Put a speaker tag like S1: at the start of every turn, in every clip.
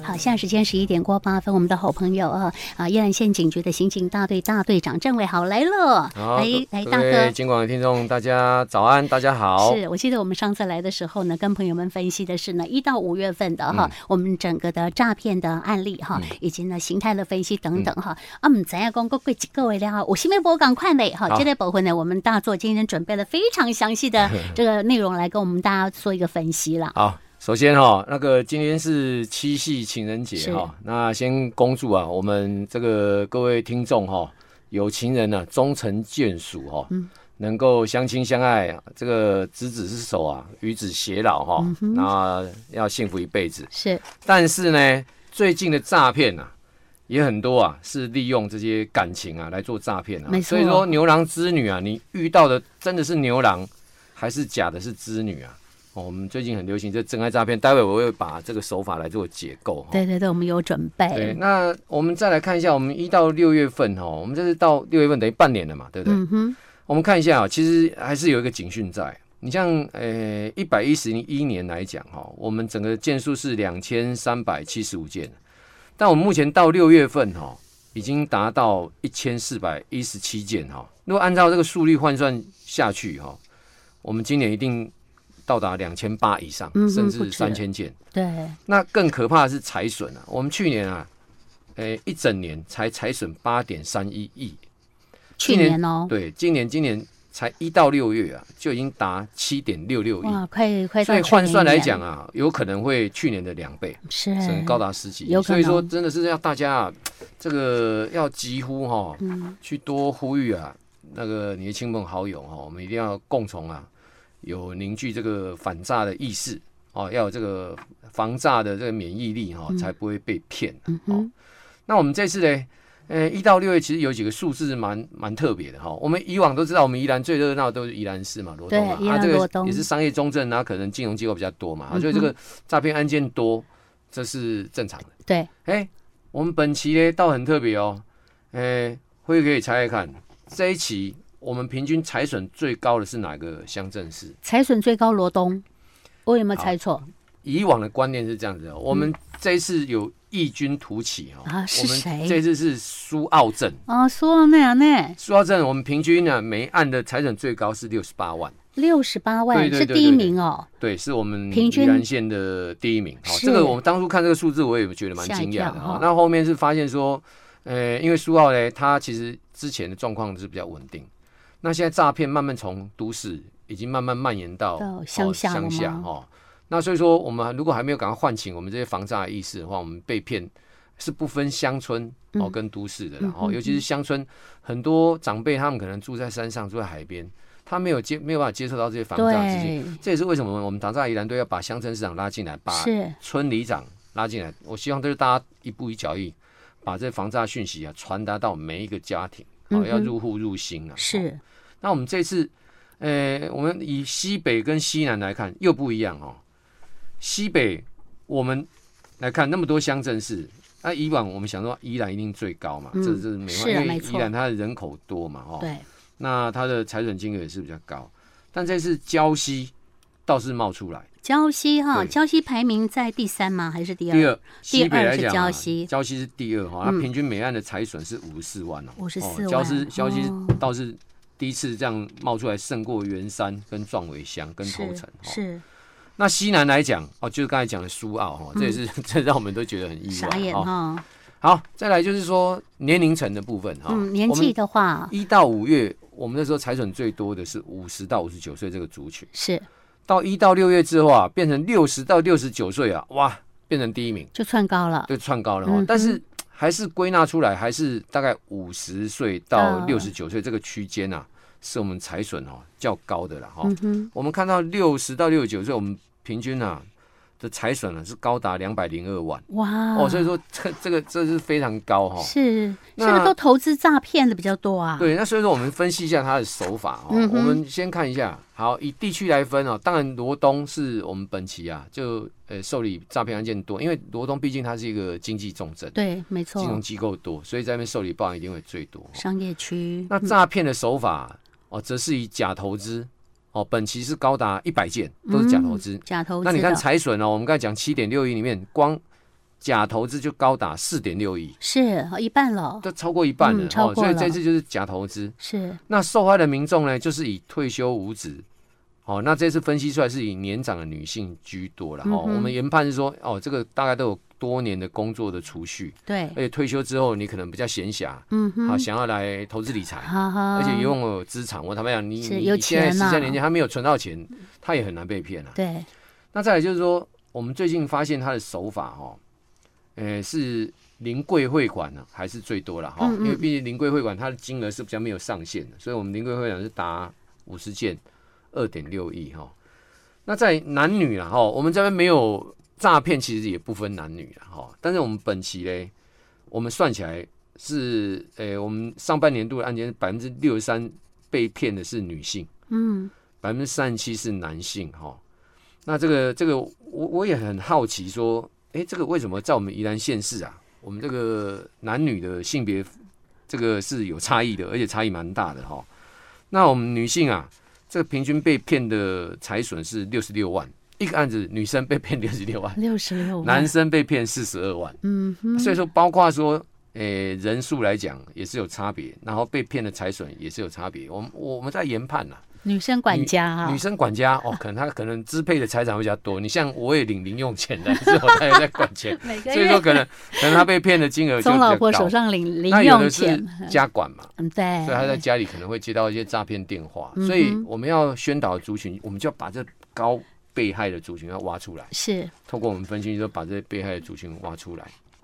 S1: 好，现在时间11:08，我们的好朋友宜兰县警局的刑警大队大队长郑伟豪来了。来，大哥，
S2: 警广的听众大家早安，大家好。
S1: 是我记得我们上次来的时候呢，跟朋友们分析的是呢1到5月份的我们整个的诈骗的案例以及呢形态的分析等等不知道说过几个月了，有什么不赶快嘞这类部分呢，我们大作今天准备了非常详细的这个内容来跟我们大家做一个分析了。
S2: 好。首先那个今天是七夕情人节那先恭祝我们这个各位听众有情人终成眷属能够相亲相爱，这个执子之手与子偕老那要幸福一辈子。
S1: 是，
S2: 但是呢，最近的诈骗也很多是利用这些感情来做诈骗所以说牛郎织女你遇到的真的是牛郎还是假的是织女我们最近很流行这真爱诈骗，待会我会把这个手法来做解构。
S1: 对对对，我们有准备。
S2: 对，那我们再来看一下，我们1到6月份我们这是到6月份等于半年了嘛，对不对？我们看一下其实还是有一个警讯在。你像111年来讲我们整个件数是2375件，但我们目前到6月份已经达到1417件如果按照这个速率换算下去我们今年一定到达2800以上，甚至3000件。
S1: 对，那
S2: 更可怕的是财损我们去年一整年才财损8.31亿。
S1: 去年
S2: 对，今年才1到6月就已经达7.66亿。
S1: 哇，快！
S2: 所以换算来讲有可能会去年的2倍，
S1: 是，
S2: 可能高达10几亿。所以说，真的是要大家这个要急呼去多呼吁那个你的亲朋好友我们一定要共同有凝聚这个反诈的意识要有这个防诈的这个免疫力才不会被骗那我们这次呢1到6月其实有几个数字蛮特别的我们以往都知道，我们宜兰最热闹都是宜兰市嘛，罗东嘛，这个也是商业中正可能金融机构比较多嘛所以这个诈骗案件多，这是正常的。
S1: 对，
S2: 我们本期呢倒很特别会可以猜猜看，这一期我们平均财损最高的是哪个乡镇市？
S1: 财损最高罗东，我有没有猜错？
S2: 以往的观念是这样子我们这一次有异军突起
S1: 是谁？
S2: 我们这次是苏澳镇
S1: 苏澳那样呢？
S2: 苏澳镇我们平均每案的财损最高是68万
S1: ，68万
S2: 对
S1: 是第一名
S2: 对，是我们宜兰县的第一名这个我们当初看这个数字，我也觉得蛮惊讶的那后面是发现说，因为苏澳呢，它其实之前的状况是比较稳定。那现在诈骗慢慢从都市已经慢慢蔓延到
S1: 乡下
S2: 那所以说我们如果还没有赶快唤醒我们这些防诈的意识的话，我们被骗是不分乡村跟都市的尤其是乡村很多长辈他们可能住在山上住在海边，他没有办法接受到这些防诈资讯，这也是为什么我们防诈宜兰队要把乡镇市长拉进来，把村里长拉进来，我希望都是大家一步一脚印把这防诈讯息传达到每一个家庭要入户入心
S1: 是。
S2: 那我们这次我们以西北跟西南来看又不一样西北我们来看那么多乡镇市，以往我们想说宜兰一定最高嘛，这是没办法，因为宜兰它的人口多嘛
S1: 对，
S2: 那它的财损金额也是比较高，但这次礁溪倒是冒出来。
S1: 礁溪礁溪排名在第3吗？还是第2？第2，
S2: 西北来讲
S1: 礁溪
S2: 是第2它平均每案的财损是54万
S1: 54万
S2: 礁溪倒是第一次这样冒出来，胜过圆山跟壮尾乡跟头城
S1: 是。
S2: 那西南来讲就是刚才讲的苏澳这也是这让我们都觉得很意外，
S1: 傻眼
S2: 好，再来就是说年龄层的部分
S1: 年纪的话
S2: ，1到5月我们那时候财损最多的是50到59岁这个族群，
S1: 是
S2: 到1到6月之后变成60到69岁哇，变成第一名，
S1: 就窜高了，
S2: 但是还是归纳出来，还是大概50岁到69岁这个区间是我们财损较高的啦我们看到60到69岁，我们平均的财损是高达202万，
S1: 哇
S2: 所以说这是非常高
S1: 是不是都投资诈骗的比较多
S2: 对，那所以说我们分析一下它的手法我们先看一下，好，以地区来分当然罗东是我们本期就受理诈骗案件多，因为罗东毕竟它是一个经济重镇，
S1: 对，没错，
S2: 金融机构多，所以在那边受理报案一定会最多，
S1: 商业区。
S2: 那诈骗的手法则是以假投资本期是高达100件，都是假投资。
S1: 假投资。
S2: 那你看财损我们刚才讲7.6亿里面，光假投资就高达4.6亿，
S1: 是一半了，
S2: 都超过一半了，
S1: 超过了，
S2: 所以这次就是假投资。
S1: 是，
S2: 那受害的民众呢，就是以退休无子，那这次分析出来是以年长的女性居多了，我们研判是说，这个大概都有多年的工作的储蓄，
S1: 对，
S2: 而且退休之后你可能比较闲暇，想要来投资理财，而且拥有资产。我坦白讲，你现在13年前他没有存到钱，他也很难被骗啊。
S1: 对，
S2: 那再来就是说，我们最近发现他的手法是临柜汇款呢，还是最多了哈，因为毕竟临柜汇款它的金额是比较没有上限的，所以我们临柜汇款是达50件，2.6亿哈。那在男女啦哈，我们这边没有诈骗，其实也不分男女啦哈。但是我们本期嘞，我们算起来是我们上半年度的案件63%被骗的是女性，37%是男性哈。那这个我也很好奇说，这个为什么在我们宜兰县市啊，我们这个男女的性别这个是有差异的，而且差异蛮大的哈。那我们女性啊，这个平均被骗的财损是66万，一个案子女生被骗66万，男生被骗42万，所以说包括说人数来讲也是有差别，然后被骗的财损也是有差别。我们在研判啦。
S1: 女生管家
S2: 女生管家可能她支配的财产会比较多。你像我也领零用钱的，之后她也在管钱，所以说可能她被骗的金额就
S1: 从老婆手上领零用钱。
S2: 那有的是家管嘛，
S1: 对，
S2: 所以她在家里可能会接到一些诈骗电话，所以我们要宣导的族群，我们就要把这高被害的族群要挖出来，
S1: 是
S2: 透过我们分析，就把这些被害的族群挖出来。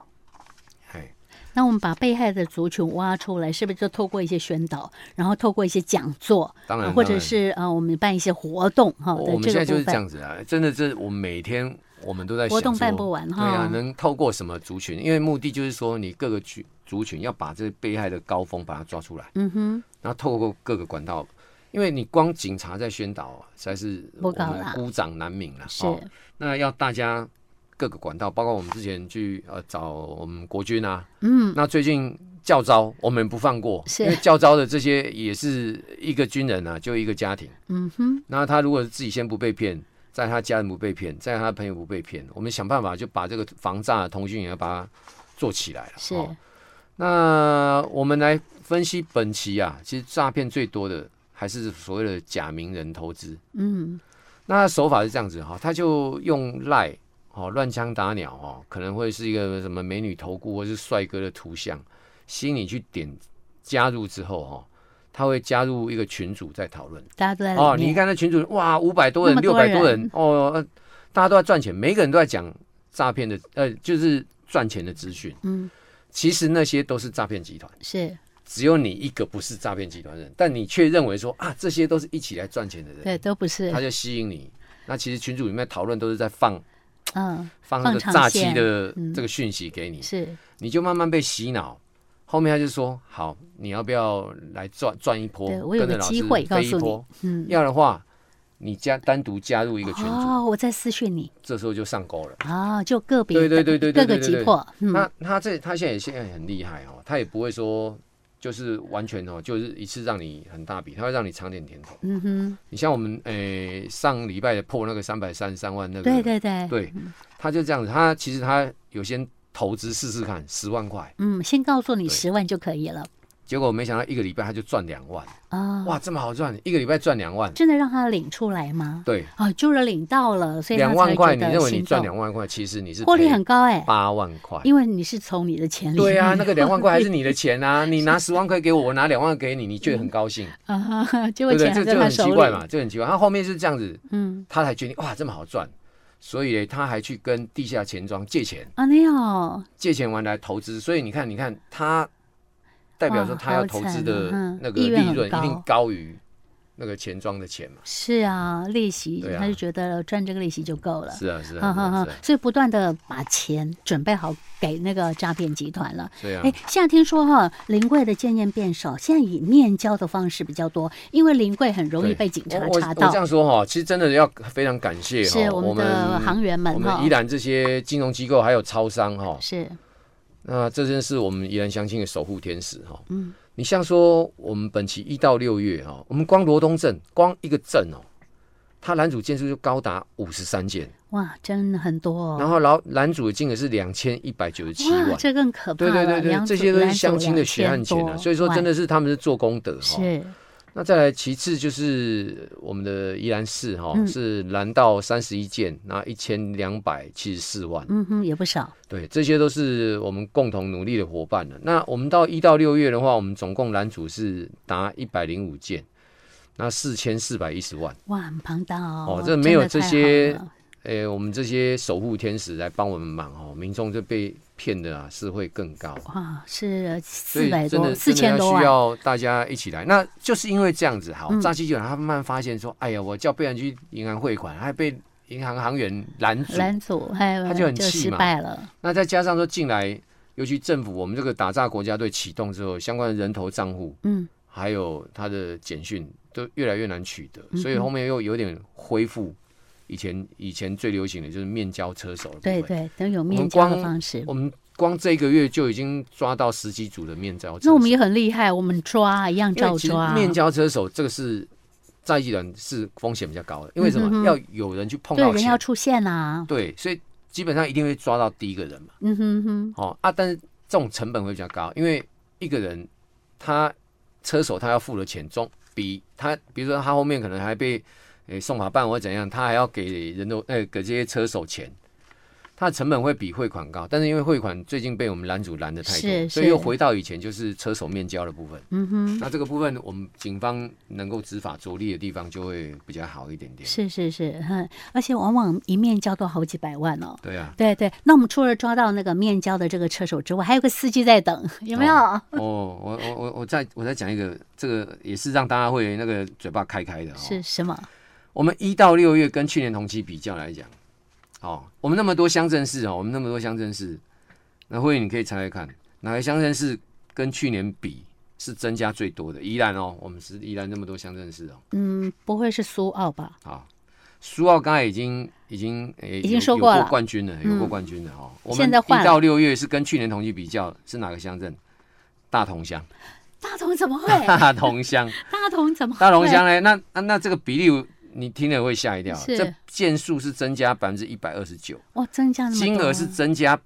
S1: 那我们把被害的族群挖出来，是不是就透过一些宣导，然后透过一些讲座，
S2: 当然
S1: 或者是我们办一些活动哈？
S2: 我们现在就是这样子啊，真的是我们每天我们都在想
S1: 活动办不完哈。
S2: 对啊，能透过什么族群？因为目的就是说，你各个族群要把这被害的高峰把它抓出来，然后透过各个管道，因为你光警察在宣导实在是我们孤掌难鸣了。
S1: 是，
S2: 那要大家。各个管道，包括我们之前去找我们国军啊，那最近教召我们不放过，因为教召的这些也是一个军人啊，就一个家庭，那他如果自己先不被骗，在他家人不被骗，在他朋友不被骗，我们想办法就把这个防诈通讯也要把它做起来了。
S1: 是，
S2: 那我们来分析本期啊，其实诈骗最多的还是所谓的假名人投资，那他手法是这样子哈，他就用LINE。乱枪打鸟可能会是一个什么美女头箍或是帅哥的图像，吸引你去点加入之后他会加入一个群组在讨论，
S1: 大家都在里面
S2: 你看那群组哇500多人600多人大家都在赚钱，每一个人都在讲诈骗的就是赚钱的资讯，其实那些都是诈骗集团，
S1: 是
S2: 只有你一个不是诈骗集团人，但你却认为说这些都是一起来赚钱的人，
S1: 对，都不是，
S2: 他就吸引你。那其实群组里面讨论都是在放那个
S1: 诈
S2: 欺的这个讯息给你，
S1: 是
S2: 你就慢慢被洗脑。后面他就说：“好，你要不要来赚一波？
S1: 我有个机会告诉你，
S2: 要的话，你单独加入一个群组，
S1: 我再私讯你。这
S2: 时候就上钩了
S1: 就个别对各个击破。
S2: 他现在很厉害他也不会说。”就是完全就是一次让你很大笔，它会让你尝点甜头。你像我们上礼拜破那个333万那个，对，他就这样子，他其实他有先投资试试看10万块，
S1: 先告诉你10万就可以了。
S2: 结果没想到一个礼拜他就赚2万哇，这么好赚，一个礼拜赚2万，
S1: 真的让他领出来吗？
S2: 对
S1: 就是领到了，所以
S2: 2万块，你认为你赚2万块，其实你是
S1: 获利很高
S2: 8万块，
S1: 因为你是从你的钱里。
S2: 对啊，那个2万块还是你的钱啊，你拿10万块给我，我拿2万给你，你觉得很高兴
S1: 结果钱还在他手里，
S2: 这很奇怪嘛，这很奇怪。他后面是这样子，他才决定哇，这么好赚。所以他还去跟地下钱庄借钱借钱完来投资，所以你看他代表说他要投资的那个利润一定高于那个钱庄的钱嘛。
S1: 是啊，利息他就觉得赚这个利息就够了。
S2: 是啊，
S1: 所以不断的把钱准备好给那个诈骗集团了。
S2: 对啊，
S1: 现在听说临柜的渐渐变少，现在以面交的方式比较多，因为临柜很容易被警察查到。
S2: 我这样说其实真的要非常感谢
S1: 是我们的行员们，
S2: 我们宜兰这些金融机构还有超商
S1: 是。
S2: 那这真是我们宜兰乡亲的守护天使你像说我们本期1到6月我们光罗东镇光一个镇它拦阻件数就高达53件，
S1: 哇，真的很多哦。
S2: 然后拦阻的金额是2197万，
S1: 哇，这更可怕了。
S2: 对，这些都是相亲的血汗钱啊，所以说真的是他们是做功德。
S1: 是。
S2: 那再来其次就是我们的宜兰市是拦到31件，那1274万，
S1: 也不少。
S2: 对，这些都是我们共同努力的伙伴了。那我们到1到6月的话，我们总共拦阻是达105件，那4410万，
S1: 哇，很庞大哦。
S2: 这没有这些我们这些守护天使来帮我们忙民众就被骗的啊是会更高。
S1: 哇，是400多
S2: 4000多万，需要大家一起来。那就是因为这样子，好，诈欺集团他慢慢发现说，哎呀，我叫备案去银行汇款，还被银行行员拦阻，他就很气嘛。那再加上说进来，尤其政府我们这个打诈国家队启动之后，相关的人头账户，还有他的简讯都越来越难取得，所以后面又有点恢复。以前最流行的就是面交车手，
S1: 对，都有面交的方式。
S2: 我们光这个月就已经抓到10几组的面交车手，
S1: 那我们也很厉害，我们抓一样照抓。
S2: 面交车手这个是诈欺人是风险比较高的，因为什么？要有人去碰到钱，
S1: 对，人要出现啊。
S2: 对，所以基本上一定会抓到第一个人嘛。但是这种成本会比较高，因为一个人他车手他要付的钱中比如说他后面可能还被送法办或怎样，他还要给给这些车手钱，他的成本会比汇款高。但是因为汇款最近被我们拦阻拦的太多，所以又回到以前就是车手面交的部分。那这个部分我们警方能够执法着力的地方就会比较好一点点。
S1: 是，而且往往一面交都好几百万哦。
S2: 对啊，
S1: 对。那我们除了抓到那个面交的这个车手之外，还有个司机在等，有没有？
S2: 我再讲一个，这个也是让大家会那个嘴巴开的。
S1: 是什么？
S2: 我们1到6月跟去年同期比较来讲，我们那么多乡镇市那慧你可以猜看哪个乡镇市跟去年比是增加最多的？宜兰我们是宜兰那么多乡镇市
S1: 不会是苏澳吧？
S2: 好，苏澳刚才已经
S1: 说过了，
S2: 有过冠军了，我们
S1: 现在
S2: 1到6月是跟去年同期比较，是哪个乡镇？大同乡。
S1: 大同怎么会？
S2: 大同乡呢？那这个比例。你听了会吓一跳，这件数是增加129%，
S1: 哇，增加那么多，
S2: 金额是增加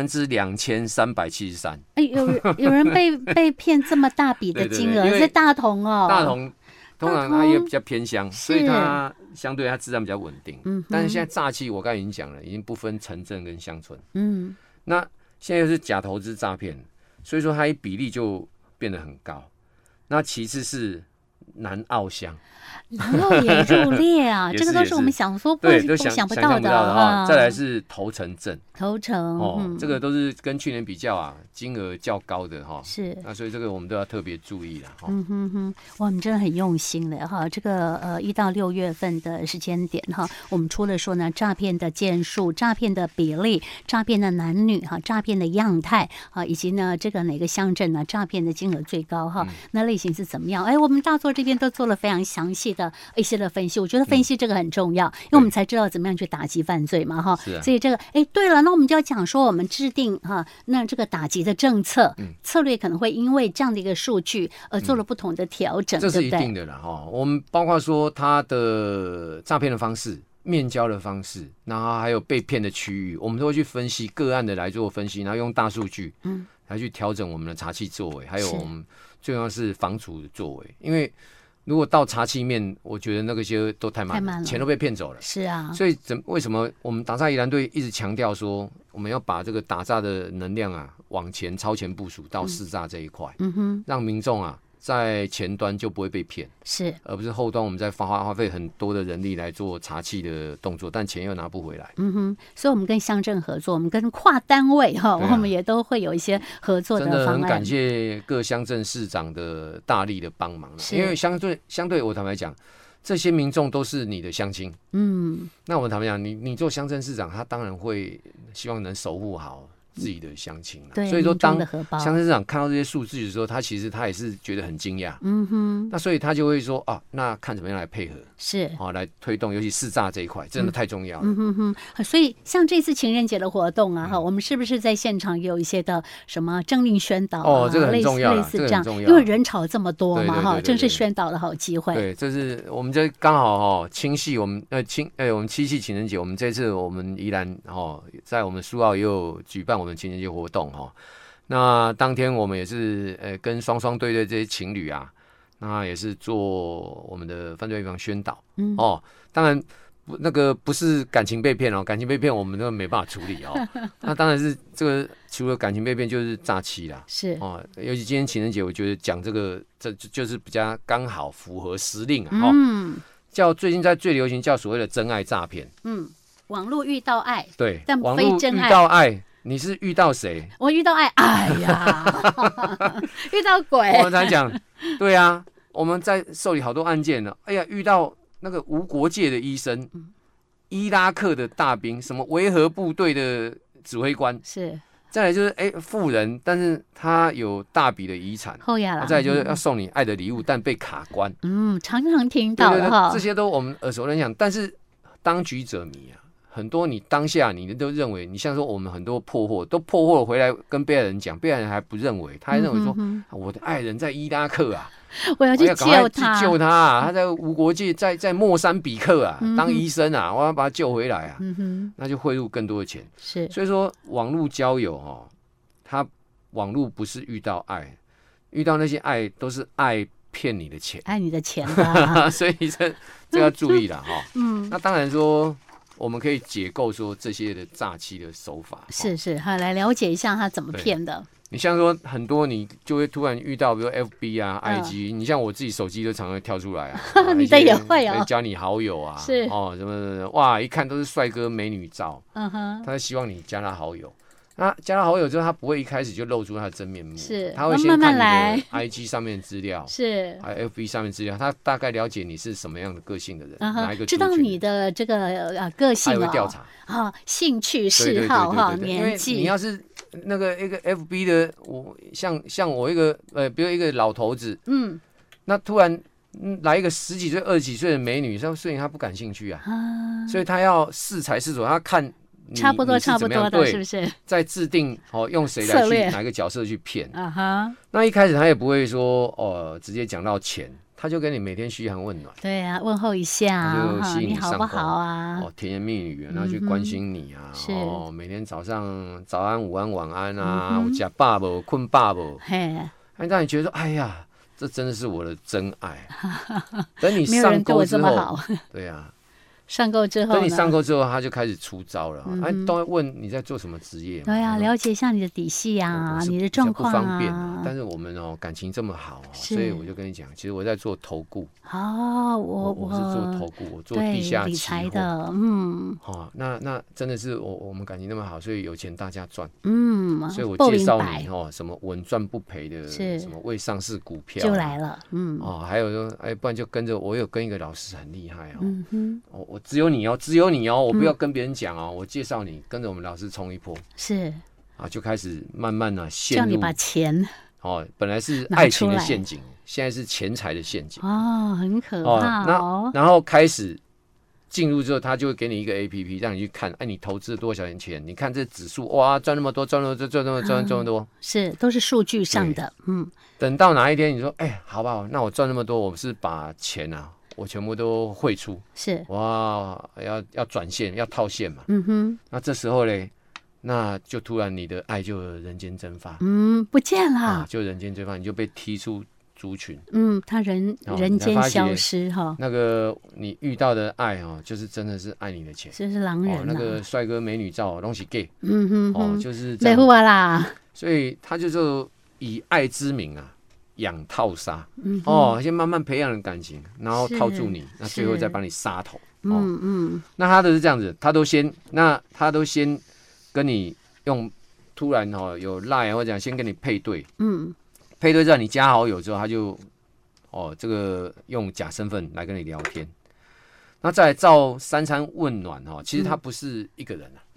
S2: 2373%。
S1: 有人被骗这么大笔的金额，是大同
S2: 大同通常它也比较偏乡，所以它相对它治安比较稳定。但是现在诈欺我刚才已经讲了，已经不分城镇跟乡村。那现在又是假投资诈骗，所以说它比例就变得很高。那其次是南澳乡。
S1: 然后也入列啊，这个都是我们想说都想不到的。
S2: 再来是头城镇，
S1: 这
S2: 个都是跟去年比较啊，金额较高的
S1: 是。
S2: 那所以这个我们都要特别注意了
S1: 哇，你真的很用心了这个1到6月份的时间点我们除了说呢诈骗的件数、诈骗的比例、诈骗的男女诈骗的样态以及呢这个哪个乡镇呢诈骗的金额最高那类型是怎么样？我们大作这边都做了非常详细的一些的分析，我觉得分析这个很重要，因为我们才知道怎么样去打击犯罪嘛所以这个对了，那我们就要讲说我们制定那这个打击的政策策略可能会因为这样的一个数据而做了不同的调整，
S2: 这是一定的啦我们包括说他的诈骗的方式、面交的方式，然后还有被骗的区域，我们都会去分析个案的来做分析，然后用大数据来去调整我们的查缉作为，还有我们最重要是防处的作为。因为如果到查缉面，我觉得那个些都太慢了，钱都被骗走了。
S1: 是啊，
S2: 所以为什么我们打诈宜兰队一直强调说，我们要把这个打诈的能量往前超前部署到试诈这一块，让民众在前端就不会被骗，
S1: 是，而
S2: 不是后端我们在花费很多的人力来做查缉的动作，但钱又拿不回来。
S1: 所以我们跟乡镇合作，我们跟跨单位我们也都会有一些合作的方案。
S2: 真的很感谢各乡镇市长的大力的帮忙，因为相对我坦白讲，这些民众都是你的乡亲。那我坦白讲，你做乡镇市长，他当然会希望能守护好自己的乡亲啦。
S1: 对，
S2: 所以说当
S1: 乡
S2: 镇市长看到这些数字的时候，他其实他也是觉得很惊讶。那所以他就会说啊，那看怎么样来配合，
S1: 是
S2: 来推动，尤其市炸这一块真的太重要了。
S1: 所以像这次情人节的活动啊，我们是不是在现场有一些的什么政令宣导
S2: 这个很重要，
S1: 类似这样，因为人潮这么多嘛，正是宣导的好机会。
S2: 对，这是我们这刚好亲系，我们七夕情人节，我们这次我们宜兰在我们苏澳也有举办我们情人节活动那当天我们也是跟双双对这些情侣啊，那也是做我们的犯罪预防宣导。当然那个不是感情被骗感情被骗我们都没办法处理那当然是这个除了感情被骗就是诈欺啦。
S1: 是
S2: 尤其今天情人节，我觉得讲这个这就是比较刚好符合时令叫最近在最流行叫所谓的真爱诈骗。
S1: 网络遇到爱，
S2: 对，
S1: 但
S2: 网络遇到爱，你是遇到谁？
S1: 我遇到爱，哎呀，遇到鬼。
S2: 我才讲，对啊，我们在受理好多案件了。哎呀，遇到那个无国界的医生，伊拉克的大兵，什么维和部队的指挥官，
S1: 是。
S2: 再来就是富人，但是他有大笔的遗产。再来就是要送你爱的礼物，但被卡关。
S1: 常常听到的
S2: 这些都我们耳熟能详，但是当局者迷啊。很多你当下你都认为，你像说我们很多破获都破获回来跟被害人讲，被害人还不认为，他还认为说我的爱人在伊拉克啊，
S1: 我要去救
S2: 他，他在无国界，在莫桑比克啊当医生啊，我要把他救回来啊，那就汇入更多的钱。
S1: 是，
S2: 所以说网络交友他网络不是遇到爱，遇到那些爱都是爱骗你的钱，
S1: 爱你的钱
S2: 所以这要注意了那当然说。我们可以解构说这些的诈欺的手法，
S1: 是来了解一下他怎么骗的。
S2: 你像说很多，你就会突然遇到，比如 FB 啊、IG，你像我自己手机都常常会跳出来
S1: 你的也会
S2: 加你好友啊，
S1: 是
S2: 什么哇，一看都是帅哥美女照，他希望你加他好友。那加他好友之后，他不会一开始就露出他的真面目，
S1: 是
S2: 他会先看你的 IG 上面的资料，
S1: 是
S2: 还有 FB 上面资料，他大概了解你是什么样的个性的人，哪一个
S1: 知道你的这个个性
S2: 他会调查
S1: 兴趣嗜好年纪。
S2: 你要是那个一个 FB 的，我像我一个比如一个老头子，那突然来一个10几岁、20几岁的美女，所以他不感兴趣啊，所以他要适才适所，他看。
S1: 差不多的，是不是？
S2: 再制定用谁来去哪个角色去骗那一开始他也不会说直接讲到钱，他就跟你每天嘘寒问暖，
S1: 对啊，问候一下，
S2: 就吸引你
S1: 好不好啊？
S2: 甜言蜜语，然后去关心你啊，每天早上早安、午安、晚安啊，我吃饱不？困饱不？让你觉得说，哎呀，这真的是我的真爱。等你上钩之后，对呀。
S1: 上钩之后，
S2: 等你上钩之后，他就开始出招了。都会问你在做什么职业。
S1: 对啊，了解一下你的底细啊，你的状况
S2: 不方便但是我们感情这么好，所以我就跟你讲，其实我在做投顾。我是做投顾，我做地下
S1: 理财
S2: 的。那真的是我们感情那么好，所以有钱大家赚。所以我介绍你什么稳赚不赔的，什么未上市股票
S1: 就来了。
S2: 还有说不然就跟着我有跟一个老师很厉害我只有你哦，我不要跟别人讲我介绍你跟着我们老师冲一波，
S1: 是
S2: 就开始慢慢陷入，
S1: 叫你把钱
S2: 本来是爱情的陷阱，现在是钱财的陷阱
S1: 很可怕
S2: 然后开始进入之后，他就会给你一个 APP 让你去看，你投资了多少钱？你看这指数哇，赚那么多，赚那么多，
S1: 是都是数据上的。
S2: 等到哪一天你说好不好？那我赚那么多，我是把钱我全部都汇出，
S1: 是
S2: 哇，要转线，要套现嘛。那这时候嘞，那就突然你的爱就人间蒸发，
S1: 不见了，
S2: 就人间蒸发，你就被踢出族群，
S1: 他人间消失
S2: 那个你遇到的爱就是真的是爱你的钱，
S1: 这是狼人
S2: 那个帅哥美女照东西 gay，就是
S1: 没货啦，
S2: 所以他就以爱之名养套杀，先慢慢培养人感情，然后套住你，那最后再帮你杀头。那他的是这样子，他都先跟你用，突然有 LINE 或者先跟你配对，配对之后你加好友之后，他就这个用假身份来跟你聊天，那再来照三餐问暖其实他不是一个人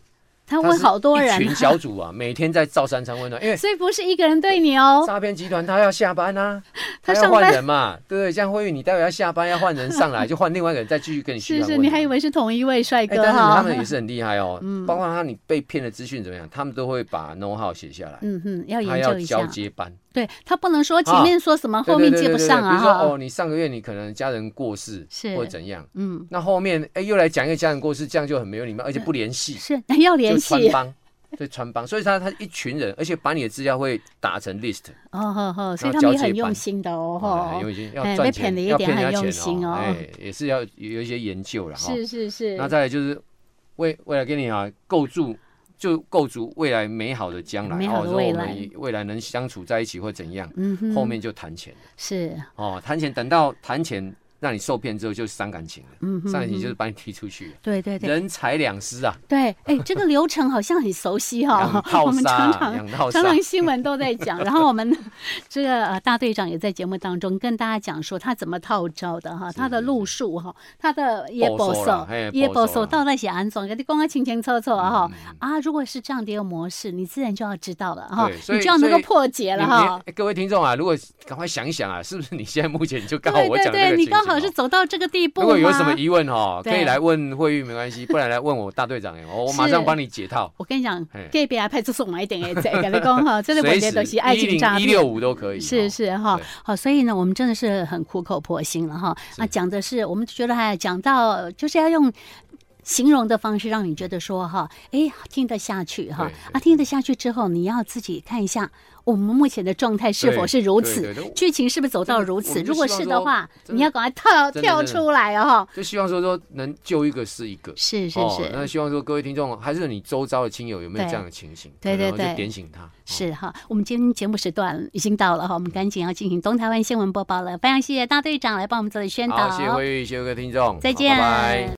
S1: 他问好多人，
S2: 一群小组啊，每天在照三餐温暖，因为
S1: 所以不是一个人对你哦。
S2: 诈骗集团他要下班啊，他要换人嘛，对不对？像慧玉，你待会要下班要换人上来，就换另外一个人再继续跟你嘘寒问暖。
S1: 是，你还以为是同一位帅哥哈？
S2: 但是他们也是很厉害哦，包括你被骗的资讯怎么样，他们都会把 know how 写下来。
S1: 要研究一下。
S2: 他要交接班。
S1: 对，他不能说前面说什么，后面接不上啊。
S2: 比如说你上个月你可能家人过世，或者怎样，那后面又来讲一个家人过世，这样就很没有礼貌，而且不联系，
S1: 是要联系，
S2: 就穿帮，对，穿帮，所以他一群人，而且把你的资料会打成 list，
S1: 所以他们也很用心的哦，
S2: 很用心，要赚钱，
S1: 要骗人一点哦，
S2: 也是要有一些研究了哈，
S1: 是，
S2: 那再来就是未来给你构筑未来美好的将来，
S1: 美好的未来，
S2: 说我们未来能相处在一起或怎样，后面就谈钱，
S1: 是
S2: 谈钱，等到谈钱让你受骗之后，就是伤感情了，伤感情就是把你踢出去，
S1: 对，
S2: 人财两失啊，
S1: 对，这个流程好像很熟悉哈，我们常常新闻都在讲，然后我们这个大队长也在节目当中跟大家讲说他怎么套招的哈，他的路数哈，他的也保守到底是安怎，你讲得清清楚楚哈如果是这样的一个模式，你自然就要知道了哈，你就要能够破解了哈。
S2: 各位听众啊，如果赶快想一想啊，是不是你现在目前就刚好我讲这个情形，
S1: 你刚好是走到这个地步吗？
S2: 如果有什么疑问可以来问慧玉没关系，不然来问我大队长我马上帮你解套。
S1: 我跟你讲，隔壁派出所买一点跟你讲哈，这个问题都是爱情诈骗
S2: ，165都可以。
S1: 是哈，好，所以呢，我们真的是很苦口婆心了哈。讲的是，我们觉得讲到就是要用形容的方式，让你觉得说听得下去哈听得下去之后，你要自己看一下我们目前的状态是否是如此，剧情是不是走到如此？如果是的话，你要赶快跳出来就
S2: 希望说能救一个是一个，
S1: 是。
S2: 那希望说各位听众，还是你周遭的亲友有没有这样的情形？
S1: 对，
S2: 就点醒他。
S1: 是哈，我们今天节目时段已经到了我们赶紧要进行东台湾新闻播报了。非常谢谢大队长来帮我们做宣导，
S2: 好，谢谢慧玉，谢谢各位听众，
S1: 再见，拜拜。